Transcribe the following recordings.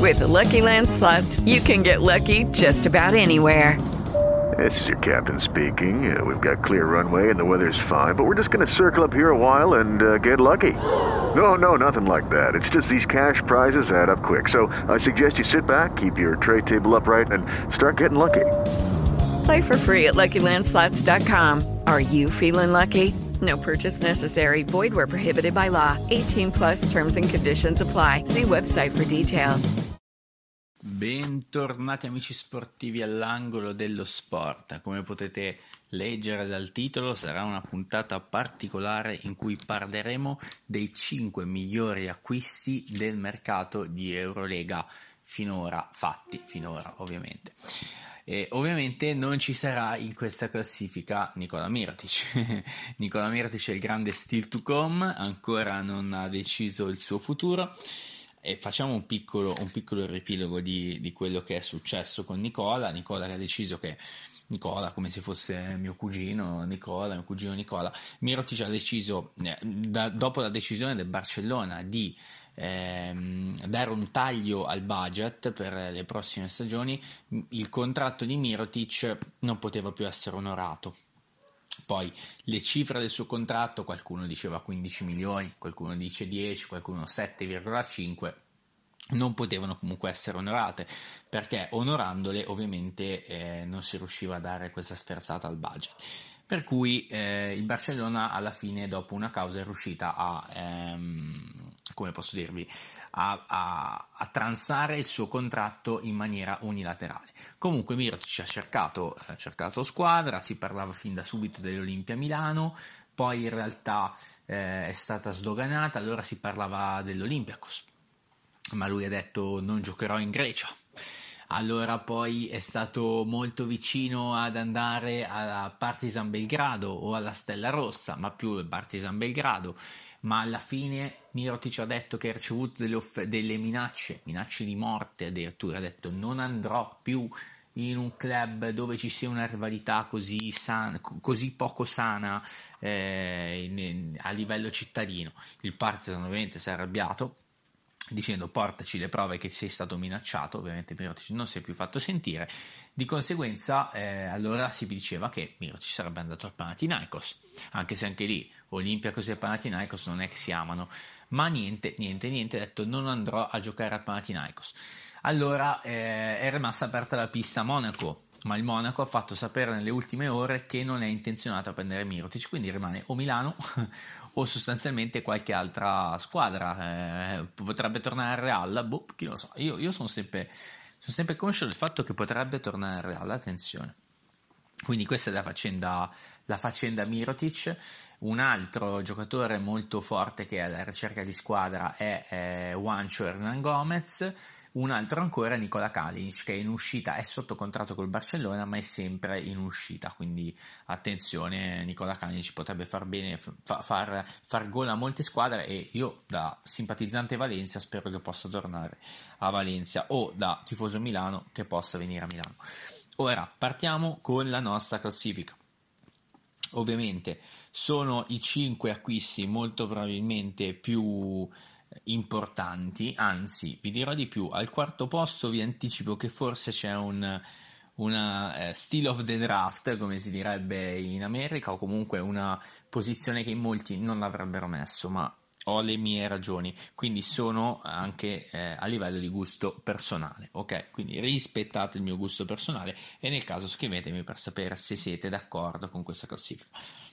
With the Lucky Land Slots, you can get lucky just about anywhere. This is your captain speaking. We've got clear runway and the weather's fine, but we're just going to circle up here a while and get lucky. No, nothing like that. It's just these cash prizes add up quick. So I suggest you sit back, keep your tray table upright, and start getting lucky. Play for free at LuckyLandSlots.com. Are you feeling lucky? No purchase necessary. Void where prohibited by law. 18 plus terms and conditions apply. See website for details. Bentornati amici sportivi all'angolo dello sport. Come potete leggere dal titolo, sarà una puntata particolare in cui parleremo dei 5 migliori acquisti del mercato di Eurolega finora ovviamente. E ovviamente non ci sarà in questa classifica Nikola Mirotic. Nikola Mirotic è il grande still to come, ancora non ha deciso il suo futuro. E facciamo un piccolo riepilogo di quello che è successo con Nicola che ha deciso che Nicola, come se fosse mio cugino Nicola, Mirotic ha deciso, dopo la decisione del Barcellona di dare un taglio al budget per le prossime stagioni, il contratto di Mirotic non poteva più essere onorato. Poi le cifre del suo contratto, qualcuno diceva 15 milioni, qualcuno dice 10, qualcuno 7,5, non potevano comunque essere onorate, perché onorandole ovviamente non si riusciva a dare questa sferzata al budget. Per cui il Barcellona alla fine, dopo una causa, è riuscita a transare il suo contratto in maniera unilaterale. Comunque Mirotic ha cercato squadra, si parlava fin da subito dell'Olimpia Milano, poi in realtà è stata sdoganata, allora si parlava dell'Olympiakos, ma lui ha detto non giocherò in Grecia. Allora poi è stato molto vicino ad andare alla Partizan Belgrado o alla Stella Rossa, ma più il Partizan Belgrado, ma alla fine Mirotic ha detto che ha ricevuto delle minacce di morte, addirittura ha detto non andrò più in un club dove ci sia una rivalità così poco sana a livello cittadino. Il Partizan ovviamente si è arrabbiato, dicendo portaci le prove che sei stato minacciato. Ovviamente Mirotic non si è più fatto sentire, di conseguenza allora si diceva che Mirotic sarebbe andato al Panathinaikos, anche se anche lì Olympiakos e Panathinaikos non è che si amano, ma niente, ha detto non andrò a giocare al Panathinaikos. Allora è rimasta aperta la pista a Monaco, ma il Monaco ha fatto sapere nelle ultime ore che non è intenzionato a prendere Mirotic, quindi rimane o Milano o sostanzialmente qualche altra squadra, potrebbe tornare al Real, chi lo sa. Io sono sempre conscio del fatto che potrebbe tornare al Real, attenzione. Quindi questa è la faccenda Mirotic. Un altro giocatore molto forte che è alla ricerca di squadra è Juancho Hernan Gomez. Un altro ancora è Nikola Kalinic, che è in uscita, è sotto contratto col Barcellona ma è sempre in uscita, quindi attenzione, Nikola Kalinic potrebbe far bene, far gol a molte squadre, e io da simpatizzante Valencia spero che possa tornare a Valencia, o da tifoso Milano che possa venire a Milano. Ora partiamo con la nostra classifica. Ovviamente sono i 5 acquisti molto probabilmente più importanti, anzi vi dirò di più, al quarto posto vi anticipo che forse c'è una steal of the draft, come si direbbe in America, o comunque una posizione che in molti non l'avrebbero messo, ma ho le mie ragioni, quindi sono anche a livello di gusto personale, ok? Quindi rispettate il mio gusto personale e nel caso scrivetemi per sapere se siete d'accordo con questa classifica.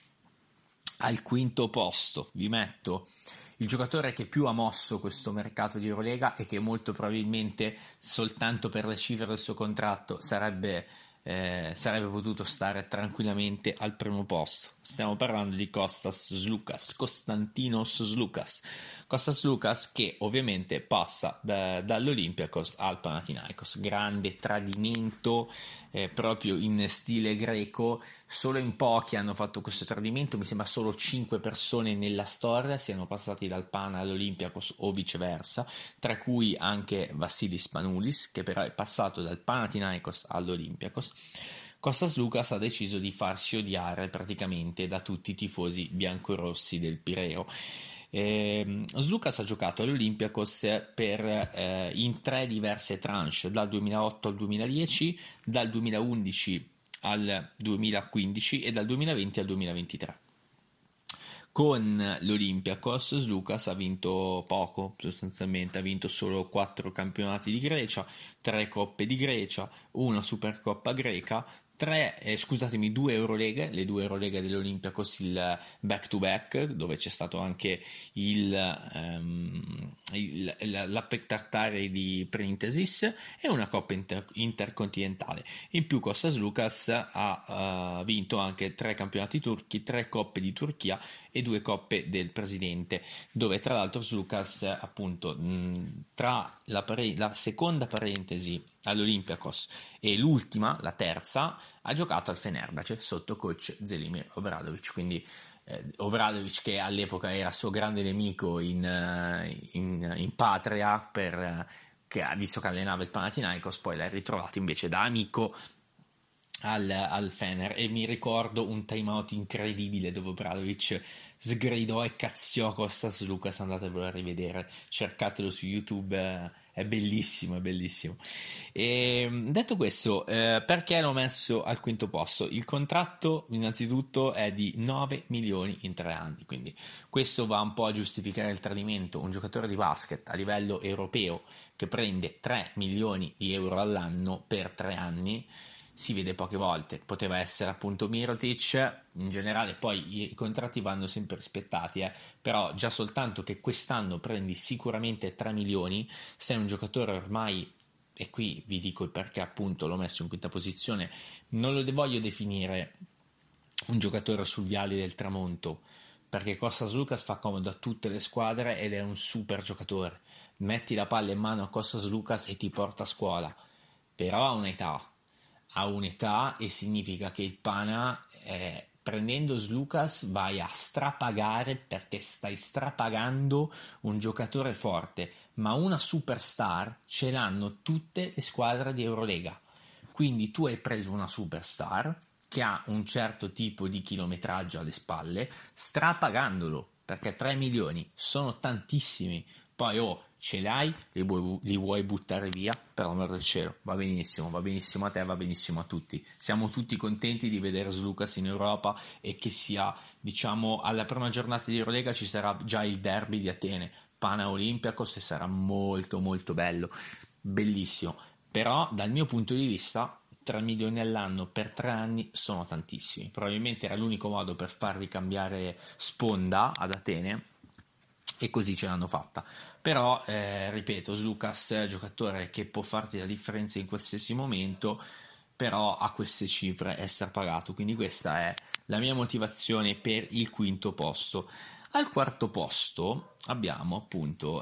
Al quinto posto vi metto il giocatore che più ha mosso questo mercato di Eurolega e che molto probabilmente soltanto per le cifre del suo contratto sarebbe potuto stare tranquillamente al primo posto. Stiamo parlando di Konstantinos Sloukas. Kostas Sloukas, che ovviamente passa dall'Olympiakos al Panathinaikos. Grande tradimento, proprio in stile greco. Solo in pochi hanno fatto questo tradimento, mi sembra solo 5 persone nella storia siano passati dal Pana all'Olympiakos o viceversa, tra cui anche Vassilis Spanoulis, che però è passato dal Panathinaikos all'Olympiakos. Kostas Sloukas ha deciso di farsi odiare praticamente da tutti i tifosi biancorossi del Pireo. Sloukas ha giocato all'Olympiakos in 3 diverse tranche, dal 2008 al 2010, dal 2011 al 2015 e dal 2020 al 2023. Con l'Olympiakos Sloukas ha vinto poco, sostanzialmente ha vinto solo 4 campionati di Grecia, 3 coppe di Grecia, una Supercoppa greca, 2 Euroleghe, le 2 Euroleghe dell'Olympiakos, il back to back, dove c'è stato anche l'Apectartare di Printesis, e una Coppa intercontinentale. In più Kostas Sloukas ha vinto anche 3 campionati turchi, 3 coppe di Turchia e 2 coppe del presidente, dove tra l'altro Sloukas, appunto, tra la seconda parentesi all'Olympiakos e l'ultima, la terza, ha giocato al Fenerbahce sotto coach Zelimir Obradovic, quindi Obradovic, che all'epoca era suo grande nemico in patria, visto che allenava il Panathinaikos, poi l'ha ritrovato invece da amico al Fener. E mi ricordo un time out incredibile dove Obradovic sgridò e cazziò Kostas Sloukas, andatevelo a rivedere, cercatelo su YouTube, è bellissimo, è bellissimo. E detto questo, perché l'ho messo al quinto posto? Il contratto innanzitutto è di 9 milioni in 3 anni, quindi questo va un po' a giustificare il tradimento. Un giocatore di basket a livello europeo che prende 3 milioni di euro all'anno per 3 anni si vede poche volte. Poteva essere appunto Mirotic, in generale poi i contratti vanno sempre rispettati, però già soltanto che quest'anno prendi sicuramente 3 milioni, sei un giocatore ormai, e qui vi dico il perché appunto l'ho messo in quinta posizione, non lo voglio definire un giocatore sul viale del tramonto, perché Kostas Sloukas fa comodo a tutte le squadre ed è un super giocatore, metti la palla in mano a Kostas Sloukas e ti porta a scuola, però ha un'età e significa che il Pana, prendendo Sloukas, vai a strapagare, perché stai strapagando un giocatore forte, ma una superstar ce l'hanno tutte le squadre di Eurolega, quindi tu hai preso una superstar che ha un certo tipo di chilometraggio alle spalle, strapagandolo, perché 3 milioni sono tantissimi, poi ce l'hai, li vuoi buttare via, per l'amor del cielo, va benissimo a te, va benissimo a tutti, siamo tutti contenti di vedere Sloukas in Europa e che sia, diciamo, alla prima giornata di Eurolega ci sarà già il derby di Atene, Pana Olympiakos, e sarà molto molto bello, bellissimo, però dal mio punto di vista 3 milioni all'anno per 3 anni sono tantissimi, probabilmente era l'unico modo per farli cambiare sponda ad Atene, e così ce l'hanno fatta. Però ripeto, Sloukas, giocatore che può farti la differenza in qualsiasi momento, però a queste cifre essere pagato, quindi questa è la mia motivazione per il quinto posto. Al quarto posto abbiamo appunto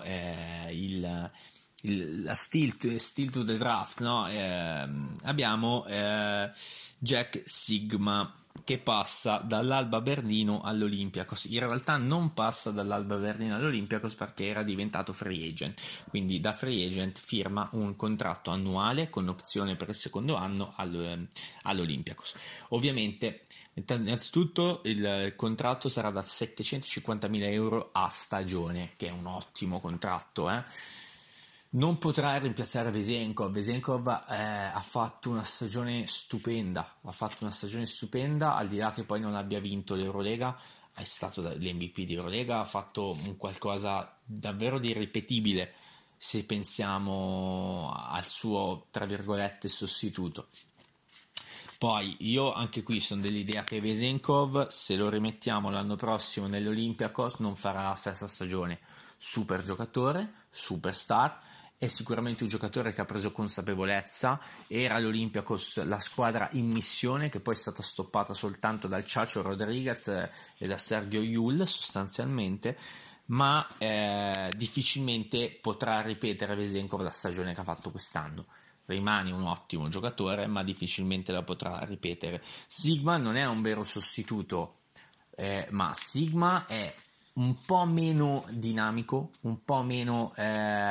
la still to the draft, no? Abbiamo Jack Sigma, che passa dall'Alba Berlino all'Olympiakos. In realtà non passa dall'Alba Berlino all'Olympiakos perché era diventato free agent, quindi da free agent firma un contratto annuale con opzione per il secondo anno all'Olympiakos. Ovviamente, innanzitutto il contratto sarà da 750.000 euro a stagione, che è un ottimo contratto, Non potrà rimpiazzare Vesenkov ha fatto una stagione stupenda, al di là che poi non abbia vinto l'Eurolega, è stato l'MVP di Eurolega, ha fatto un qualcosa davvero di irripetibile se pensiamo al suo, tra virgolette, sostituto. Poi io anche qui sono dell'idea che Vesenkov, se lo rimettiamo l'anno prossimo nell'Olympiakos, non farà la stessa stagione. Super giocatore, superstar, è sicuramente un giocatore che ha preso consapevolezza, era l'Olympiakos la squadra in missione, che poi è stata stoppata soltanto dal Chacho Rodriguez e da Sergio Yul sostanzialmente, ma difficilmente potrà ripetere Vesenkov la stagione che ha fatto quest'anno. Rimane un ottimo giocatore, ma difficilmente la potrà ripetere. Sigma non è un vero sostituto, ma Sigma è un po' meno dinamico, un po' meno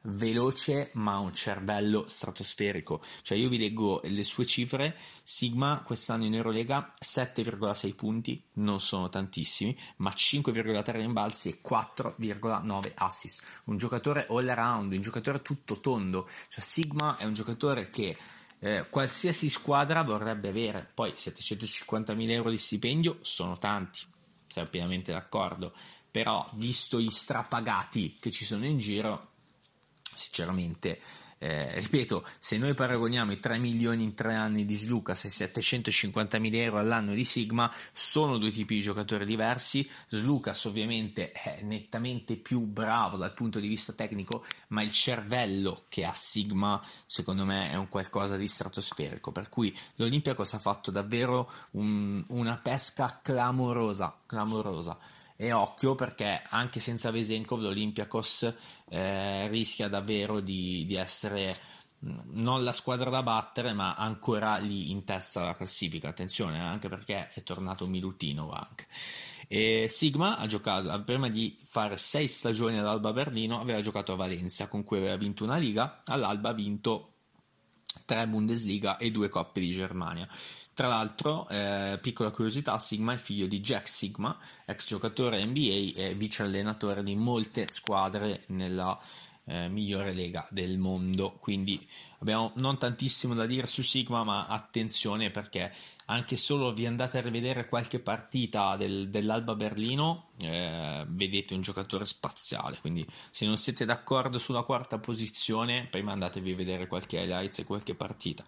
veloce ma ha un cervello stratosferico. Cioè, io vi leggo le sue cifre. Sigma quest'anno in Eurolega 7,6 punti, non sono tantissimi, ma 5,3 rimbalzi e 4,9 assist. Un giocatore all around, un giocatore tutto tondo. Cioè, Sigma è un giocatore che qualsiasi squadra vorrebbe avere. Poi 750.000 euro di stipendio sono tanti, sei pienamente d'accordo, però visto gli strapagati che ci sono in giro, sinceramente, ripeto, se noi paragoniamo i 3 milioni in 3 anni di Slucas e 750.000 euro all'anno di Sigma, sono due tipi di giocatori diversi. Slucas ovviamente è nettamente più bravo dal punto di vista tecnico, ma il cervello che ha Sigma secondo me è un qualcosa di stratosferico, per cui l'Olympiacos ha fatto davvero una pesca clamorosa. E occhio, perché anche senza Vesenkov l'Olympiacos rischia davvero di essere non la squadra da battere, ma ancora lì in testa alla classifica. Attenzione, anche perché è tornato Milutinov anche. E Sigma ha giocato, prima di fare 6 stagioni all'Alba Berlino, aveva giocato a Valencia, con cui aveva vinto una Liga. All'Alba ha vinto 3 Bundesliga e 2 Coppe di Germania. Tra l'altro, piccola curiosità, Sigma è figlio di Jack Sigma, ex giocatore NBA e vice allenatore di molte squadre nella migliore lega del mondo. Quindi abbiamo non tantissimo da dire su Sigma, ma attenzione, perché anche solo vi andate a rivedere qualche partita dell'Alba Berlino, vedete un giocatore spaziale. Quindi se non siete d'accordo sulla quarta posizione, prima andatevi a vedere qualche highlights e qualche partita.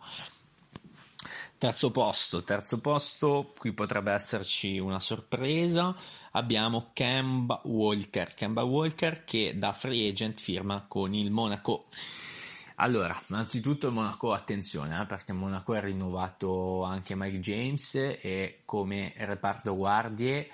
Terzo posto, qui potrebbe esserci una sorpresa. Abbiamo Kemba Walker che da free agent firma con il Monaco. Allora, innanzitutto il Monaco, attenzione, perché il Monaco ha rinnovato anche Mike James, e come reparto guardie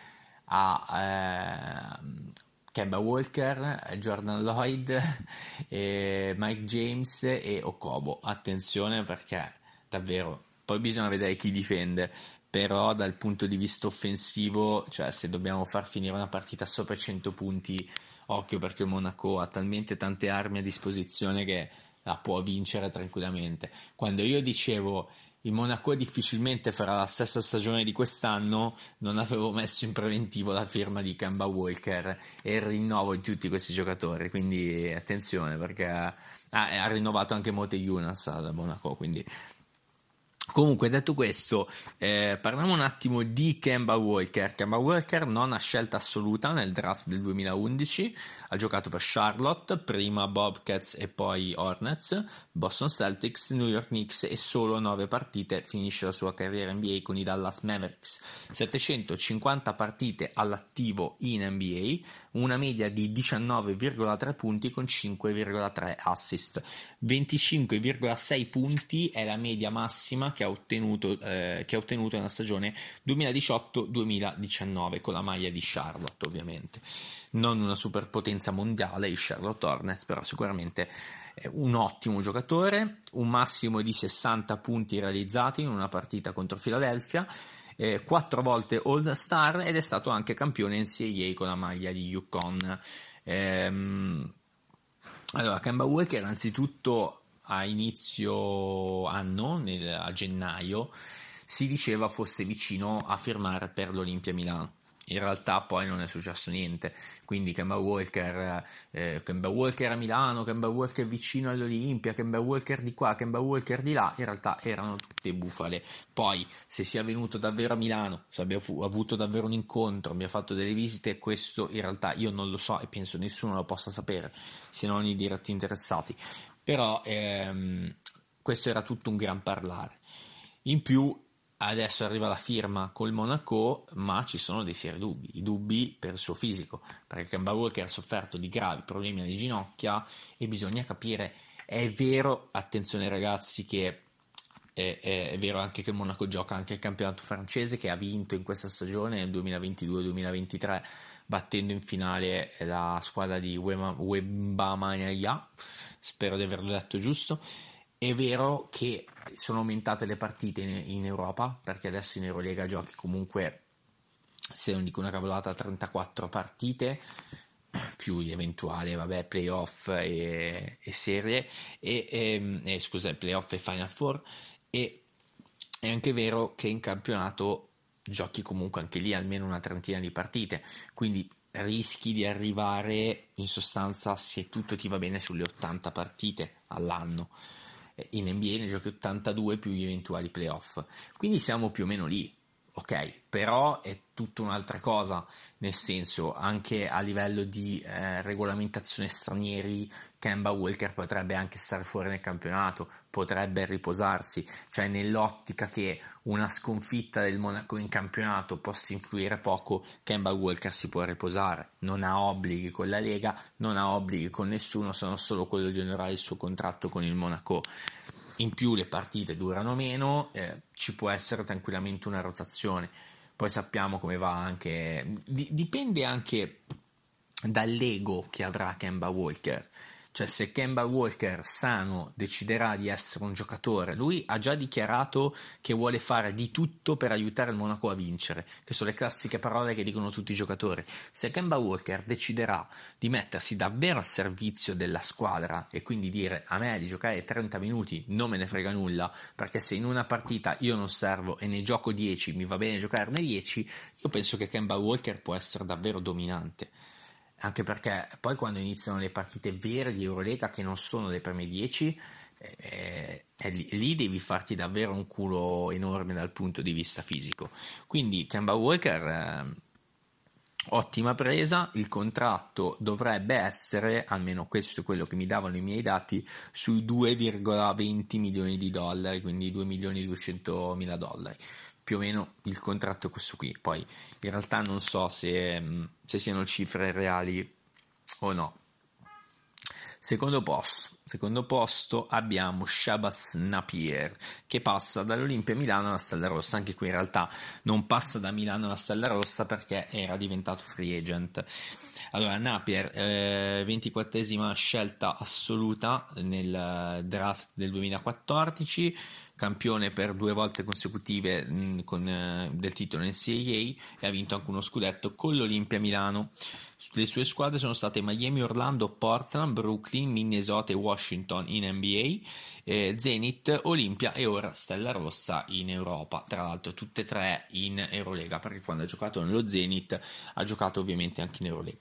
ha Kemba Walker, Jordan Lloyd, Mike James e Okobo. Attenzione, perché davvero poi bisogna vedere chi difende, però dal punto di vista offensivo, cioè se dobbiamo far finire una partita sopra 100 punti, occhio, perché il Monaco ha talmente tante armi a disposizione che la può vincere tranquillamente. Quando io dicevo il Monaco difficilmente farà la stessa stagione di quest'anno, non avevo messo in preventivo la firma di Kemba Walker e il rinnovo di tutti questi giocatori, quindi attenzione, perché ha rinnovato anche Mote Jonas da Monaco, quindi. Comunque, detto questo, parliamo un attimo di Kemba Walker. Kemba Walker non ha scelta assoluta nel draft del 2011, ha giocato per Charlotte, prima Bobcats e poi Hornets, Boston Celtics, New York Knicks, e solo 9 partite finisce la sua carriera NBA con i Dallas Mavericks. 750 partite all'attivo in NBA, una media di 19,3 punti con 5,3 assist. 25,6 punti è la media massima che ha ottenuto nella stagione 2018-2019 con la maglia di Charlotte, ovviamente. Non una superpotenza mondiale i Charlotte Hornets, però sicuramente è un ottimo giocatore, un massimo di 60 punti realizzati in una partita contro Philadelphia, 4 volte All-Star, ed è stato anche campione NCAA con la maglia di UConn. Allora, Kemba Walker innanzitutto a inizio anno, a gennaio, si diceva fosse vicino a firmare per l'Olimpia Milano. In realtà poi non è successo niente, quindi Kemba Walker a Milano, Kemba Walker vicino all'Olimpia, Kemba Walker di qua, Kemba Walker di là, in realtà erano tutte bufale. Poi se sia venuto davvero a Milano, se abbia avuto davvero un incontro, abbia fatto delle visite, questo in realtà io non lo so e penso nessuno lo possa sapere se non i diretti interessati, però questo era tutto un gran parlare. In più adesso arriva la firma col Monaco, ma ci sono dei seri dubbi per il suo fisico, perché Kemba Walker ha sofferto di gravi problemi alle ginocchia e bisogna capire, è vero, attenzione ragazzi, che è vero anche che il Monaco gioca anche il campionato francese, che ha vinto in questa stagione nel 2022-2023 battendo in finale la squadra di Wembanyama, spero di averlo detto giusto. È vero che sono aumentate le partite in Europa, perché adesso in Eurolega giochi comunque, se non dico una cavolata, 34 partite, più gli eventuali playoff e serie scusa, playoff e Final Four, e è anche vero che in campionato giochi comunque anche lì almeno una trentina di partite, quindi rischi di arrivare in sostanza, se tutto ti va bene, sulle 80 partite all'anno. In NBA ne giochi 82 più gli eventuali playoff, quindi siamo più o meno lì. Ok, però è tutta un'altra cosa, nel senso, anche a livello di regolamentazione stranieri, Kemba Walker potrebbe anche stare fuori nel campionato, potrebbe riposarsi, cioè nell'ottica che una sconfitta del Monaco in campionato possa influire poco, Kemba Walker si può riposare, non ha obblighi con la Lega, non ha obblighi con nessuno, sono solo quello di onorare il suo contratto con il Monaco. In più le partite durano meno, ci può essere tranquillamente una rotazione. Poi sappiamo come va anche, dipende anche dall'ego che avrà Kemba Walker. Cioè, se Kemba Walker sano deciderà di essere un giocatore, lui ha già dichiarato che vuole fare di tutto per aiutare il Monaco a vincere, che sono le classiche parole che dicono tutti i giocatori. Se Kemba Walker deciderà di mettersi davvero a servizio della squadra e quindi dire: a me di giocare 30 minuti non me ne frega nulla, perché se in una partita io non servo e ne gioco 10, mi va bene giocarne 10, io penso che Kemba Walker può essere davvero dominante. Anche perché poi quando iniziano le partite vere di Eurolega, che non sono le prime 10, lì devi farti davvero un culo enorme dal punto di vista fisico. Quindi Kemba Walker, ottima presa, il contratto dovrebbe essere, almeno questo è quello che mi davano i miei dati, sui 2,20 milioni di dollari, quindi 2.200.000 $. Più o meno il contratto è questo qui. Poi in realtà non so se siano cifre reali o no. Secondo posto abbiamo Shabazz Napier, che passa dall'Olimpia Milano alla Stella Rossa. Anche qui in realtà non passa da Milano alla Stella Rossa perché era diventato free agent. Allora, Napier, 24esima scelta assoluta nel draft del 2014, campione per 2 volte consecutive del titolo NCAA, e ha vinto anche uno scudetto con l'Olimpia Milano. Le sue squadre sono state Miami, Orlando, Portland, Brooklyn, Minnesota e Washington in NBA, Zenit, Olimpia e ora Stella Rossa in Europa. Tra l'altro tutte e 3 in Eurolega, perché quando ha giocato nello Zenit ha giocato ovviamente anche in Eurolega.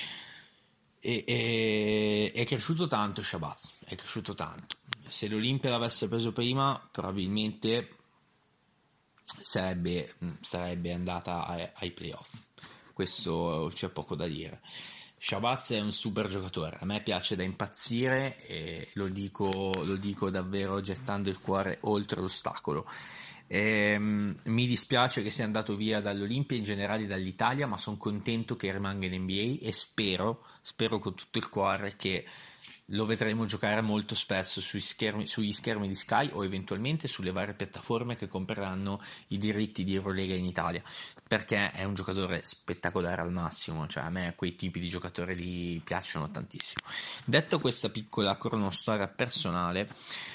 È cresciuto tanto Shabazz, è cresciuto tanto. Se l'Olimpia l'avesse preso prima, probabilmente sarebbe andata ai playoff. Questo c'è poco da dire. Shabazz è un super giocatore, a me piace da impazzire e lo dico davvero gettando il cuore oltre l'ostacolo. Mi dispiace che sia andato via dall'Olimpia, in generale dall'Italia, ma sono contento che rimanga in NBA e spero con tutto il cuore che lo vedremo giocare molto spesso sugli schermi di Sky o eventualmente sulle varie piattaforme che compreranno i diritti di Eurolega in Italia, perché è un giocatore spettacolare al massimo. Cioè, a me quei tipi di giocatori lì piacciono tantissimo. Detto questa piccola cronostoria personale,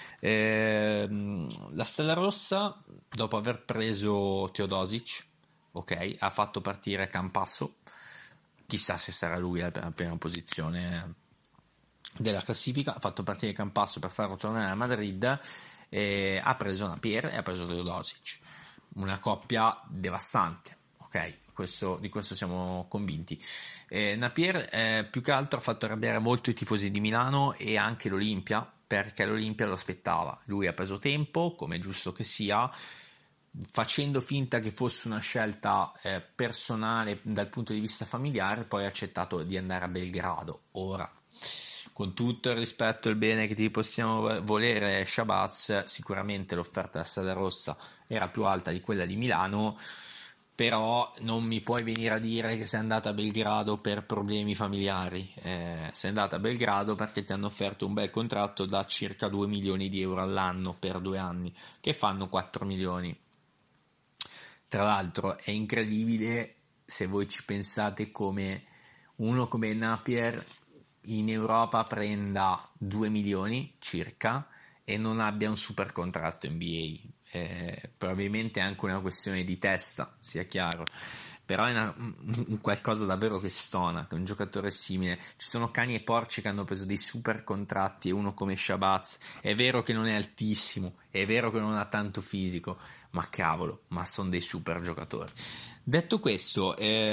la Stella Rossa, dopo aver preso Teodosic, ha fatto partire Campasso, chissà se sarà lui la prima posizione della classifica, ha fatto partire Campasso per farlo tornare a Madrid, ha preso Napier e ha preso Teodosic, una coppia devastante, di questo siamo convinti. Napier più che altro ha fatto arrabbiare molto i tifosi di Milano e anche l'Olimpia, perché l'Olimpia lo aspettava. Lui ha preso tempo, come è giusto che sia, facendo finta che fosse una scelta personale dal punto di vista familiare, poi ha accettato di andare a Belgrado. Ora, con tutto il rispetto e il bene che ti possiamo volere, Shabazz, sicuramente l'offerta della Stella Rossa era più alta di quella di Milano, però non mi puoi venire a dire che sei andata a Belgrado per problemi familiari. Sei andata a Belgrado perché ti hanno offerto un bel contratto da circa 2 milioni di euro all'anno per 2 anni, che fanno 4 milioni. Tra l'altro è incredibile, se voi ci pensate, come uno come Napier in Europa prenda 2 milioni circa e non abbia un super contratto NBA. Probabilmente è anche una questione di testa, sia chiaro, però è un qualcosa davvero che stona, che è un giocatore simile. Ci sono cani e porci che hanno preso dei super contratti, e uno come Shabazz è vero che non è altissimo, è vero che non ha tanto fisico, ma cavolo, ma sono dei super giocatori. Detto questo,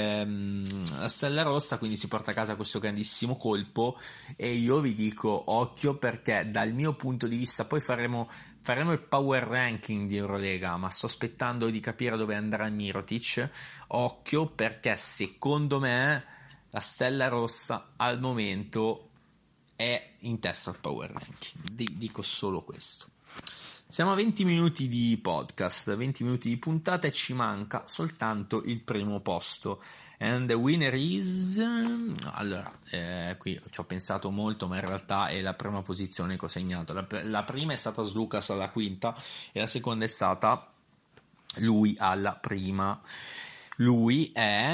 la Stella Rossa quindi si porta a casa questo grandissimo colpo, e io vi dico occhio, perché dal mio punto di vista poi faremo il power ranking di Eurolega, ma sto aspettando di capire dove andrà Mirotic. Occhio, perché secondo me la Stella Rossa al momento è in testa al power ranking. Dico solo questo. Siamo a 20 minuti di podcast, 20 minuti di puntata, e ci manca soltanto il primo posto. And the winner is... Allora, qui ci ho pensato molto, ma in realtà è la prima posizione che ho segnato. La prima è stata Slucas alla quinta e la seconda è stata lui alla prima. Lui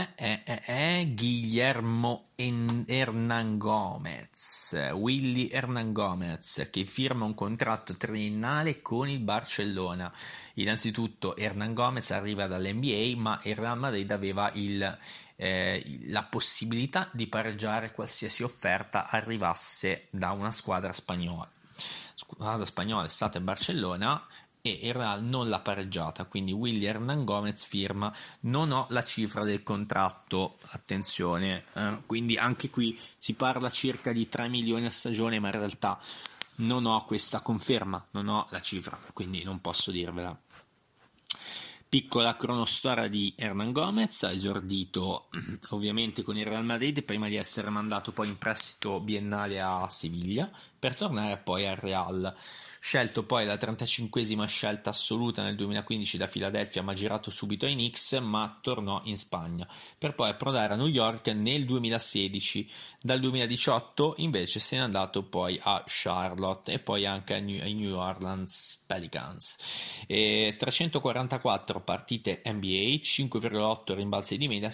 è Guillermo Hernan Gomez, Willy Hernan Gomez, che firma un contratto triennale con il Barcellona. Innanzitutto Hernan Gomez arriva dall'NBA, ma il Real Madrid aveva la possibilità di pareggiare qualsiasi offerta arrivasse da una squadra spagnola. Squadra spagnola è stata il Barcellona, e il Real non l'ha pareggiata, quindi Willy Hernan Gomez firma. Non ho la cifra del contratto, attenzione, quindi anche qui si parla circa di 3 milioni a stagione, ma in realtà non ho questa conferma, non ho la cifra, quindi non posso dirvela. Piccola cronostoria di Hernan Gomez: ha esordito ovviamente con il Real Madrid prima di essere mandato poi in prestito biennale a Siviglia, per tornare poi al Real. Scelto poi la 35esima scelta assoluta nel 2015 da Philadelphia, ma girato subito ai Knicks, ma tornò in Spagna per poi approdare a New York nel 2016. Dal 2018 invece se n'è andato poi a Charlotte e poi anche ai New Orleans Pelicans. 344 partite NBA, 5,8 rimbalzi di media,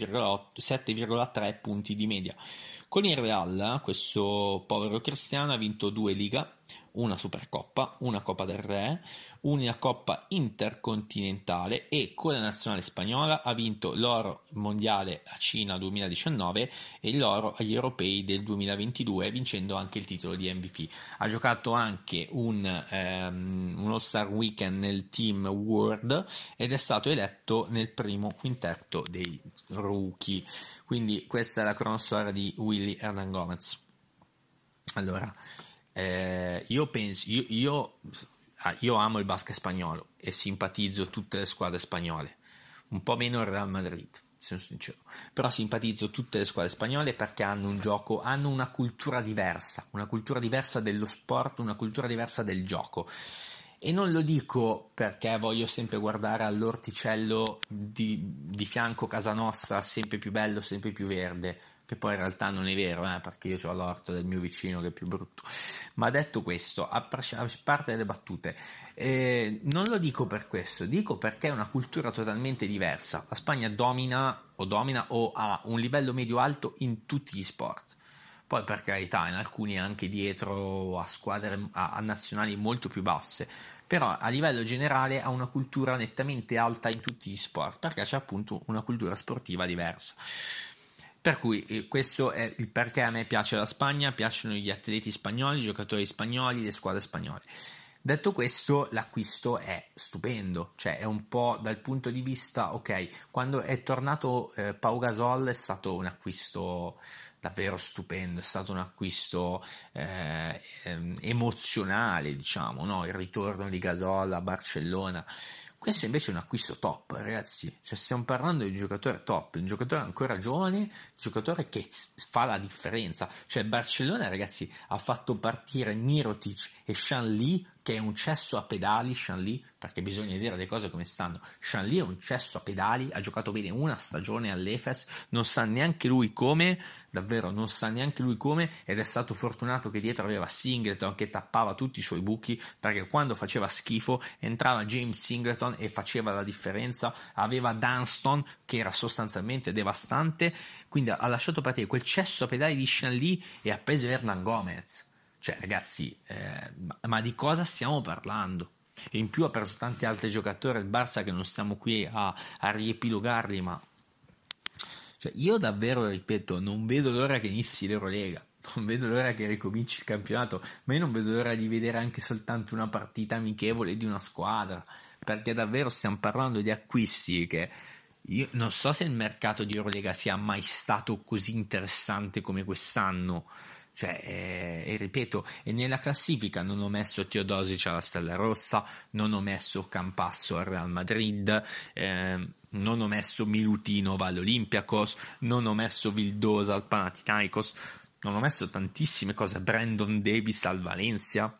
7,3 punti di media. Con il Real questo povero cristiano ha vinto 2 Liga, una Supercoppa, una Coppa del Re, una Coppa Intercontinentale, e con la nazionale spagnola ha vinto l'oro mondiale a Cina 2019 e l'oro agli europei del 2022, vincendo anche il titolo di MVP. Ha giocato anche un All-Star Weekend nel Team World ed è stato eletto nel primo quintetto dei rookie. Quindi questa è la cronostoria di Willy Hernan Gomez. Allora, io amo il basket spagnolo e simpatizzo tutte le squadre spagnole, un po' meno il Real Madrid, sono sincero, però simpatizzo tutte le squadre spagnole perché hanno un gioco, hanno una cultura diversa dello sport, una cultura diversa del gioco. E non lo dico perché voglio sempre guardare all'orticello di fianco casa nostra, sempre più bello, sempre più verde, che poi in realtà non è vero, perché io ho l'orto del mio vicino che è più brutto. Ma detto questo, a parte delle battute, non lo dico per questo, dico perché è una cultura totalmente diversa. La Spagna domina o ha un livello medio-alto in tutti gli sport. Poi per carità, in alcuni anche dietro a squadre, a nazionali molto più basse, però a livello generale ha una cultura nettamente alta in tutti gli sport, perché c'è appunto una cultura sportiva diversa. Per cui questo è il perché a me piace la Spagna, piacciono gli atleti spagnoli, i giocatori spagnoli, le squadre spagnole. Detto questo, l'acquisto è stupendo, cioè è un po' dal punto di vista, ok, quando è tornato Pau Gasol è stato un acquisto davvero stupendo, è stato un acquisto emozionale, diciamo, no? Il ritorno di Gasol a Barcellona. Questo invece è un acquisto top, ragazzi, cioè stiamo parlando di un giocatore top, un giocatore ancora giovane, un giocatore che fa la differenza. Cioè Barcellona, ragazzi, ha fatto partire Mirotic e Sean Lee, che è un cesso a pedali, Sean Lee, perché bisogna dire le cose come stanno. Sean Lee è un cesso a pedali, ha giocato bene una stagione all'Efes, non sa neanche lui come, davvero non sa neanche lui come, ed è stato fortunato che dietro aveva Singleton che tappava tutti i suoi buchi, perché quando faceva schifo entrava James Singleton e faceva la differenza. Aveva Dunston che era sostanzialmente devastante, quindi ha lasciato partire quel cesso a pedali di Sean Lee e ha preso Hernan Gomez. Cioè ragazzi, ma di cosa stiamo parlando? E in più ha preso tanti altri giocatori del Barça che non stiamo qui a riepilogarli, ma Cioè, io davvero, ripeto, non vedo l'ora che inizi l'Eurolega, non vedo l'ora che ricominci il campionato, ma io non vedo l'ora di vedere anche soltanto una partita amichevole di una squadra, perché davvero stiamo parlando di acquisti che io non so se il mercato di Eurolega sia mai stato così interessante come quest'anno. Cioè, e ripeto, e nella classifica non ho messo Teodosic alla Stella Rossa, non ho messo Campasso al Real Madrid, non ho messo Milutinov all'Olympiakos, non ho messo Vildosa al Panathinaikos, non ho messo tantissime cose, Brandon Davis al Valencia,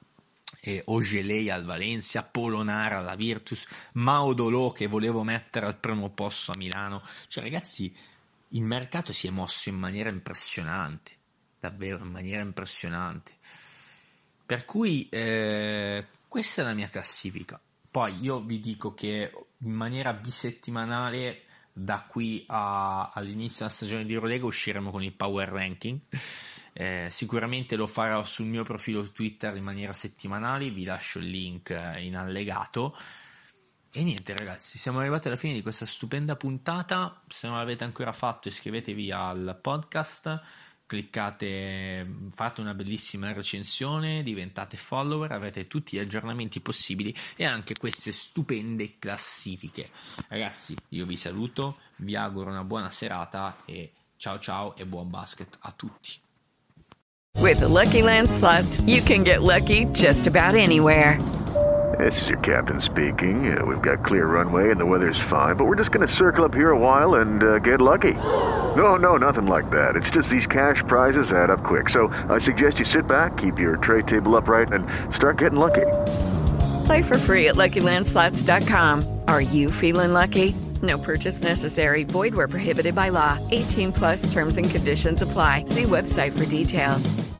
Ogelei al Valencia, Polonara alla Virtus, Maudolò che volevo mettere al primo posto a Milano. Cioè, ragazzi, il mercato si è mosso in maniera impressionante, davvero in maniera impressionante, per cui questa è la mia classifica. Poi io vi dico che in maniera bisettimanale da qui all'inizio della stagione di Eurolega usciremo con il power ranking. Sicuramente lo farò sul mio profilo Twitter in maniera settimanale, vi lascio il link in allegato. E niente ragazzi, siamo arrivati alla fine di questa stupenda puntata. Se non l'avete ancora fatto, iscrivetevi al podcast, cliccate, fate una bellissima recensione, diventate follower, avrete tutti gli aggiornamenti possibili e anche queste stupende classifiche. Ragazzi, io vi saluto, vi auguro una buona serata e ciao ciao e buon basket a tutti. With the Lucky Land Slots, you can get lucky just about anywhere. This is your captain speaking. We've got clear runway and the weather's fine, but we're just going to circle up here a while and get lucky. No, nothing like that. It's just these cash prizes add up quick. So I suggest you sit back, keep your tray table upright, and start getting lucky. Play for free at LuckyLandSlots.com. Are you feeling lucky? No purchase necessary. Void where prohibited by law. 18+ terms and conditions apply. See website for details.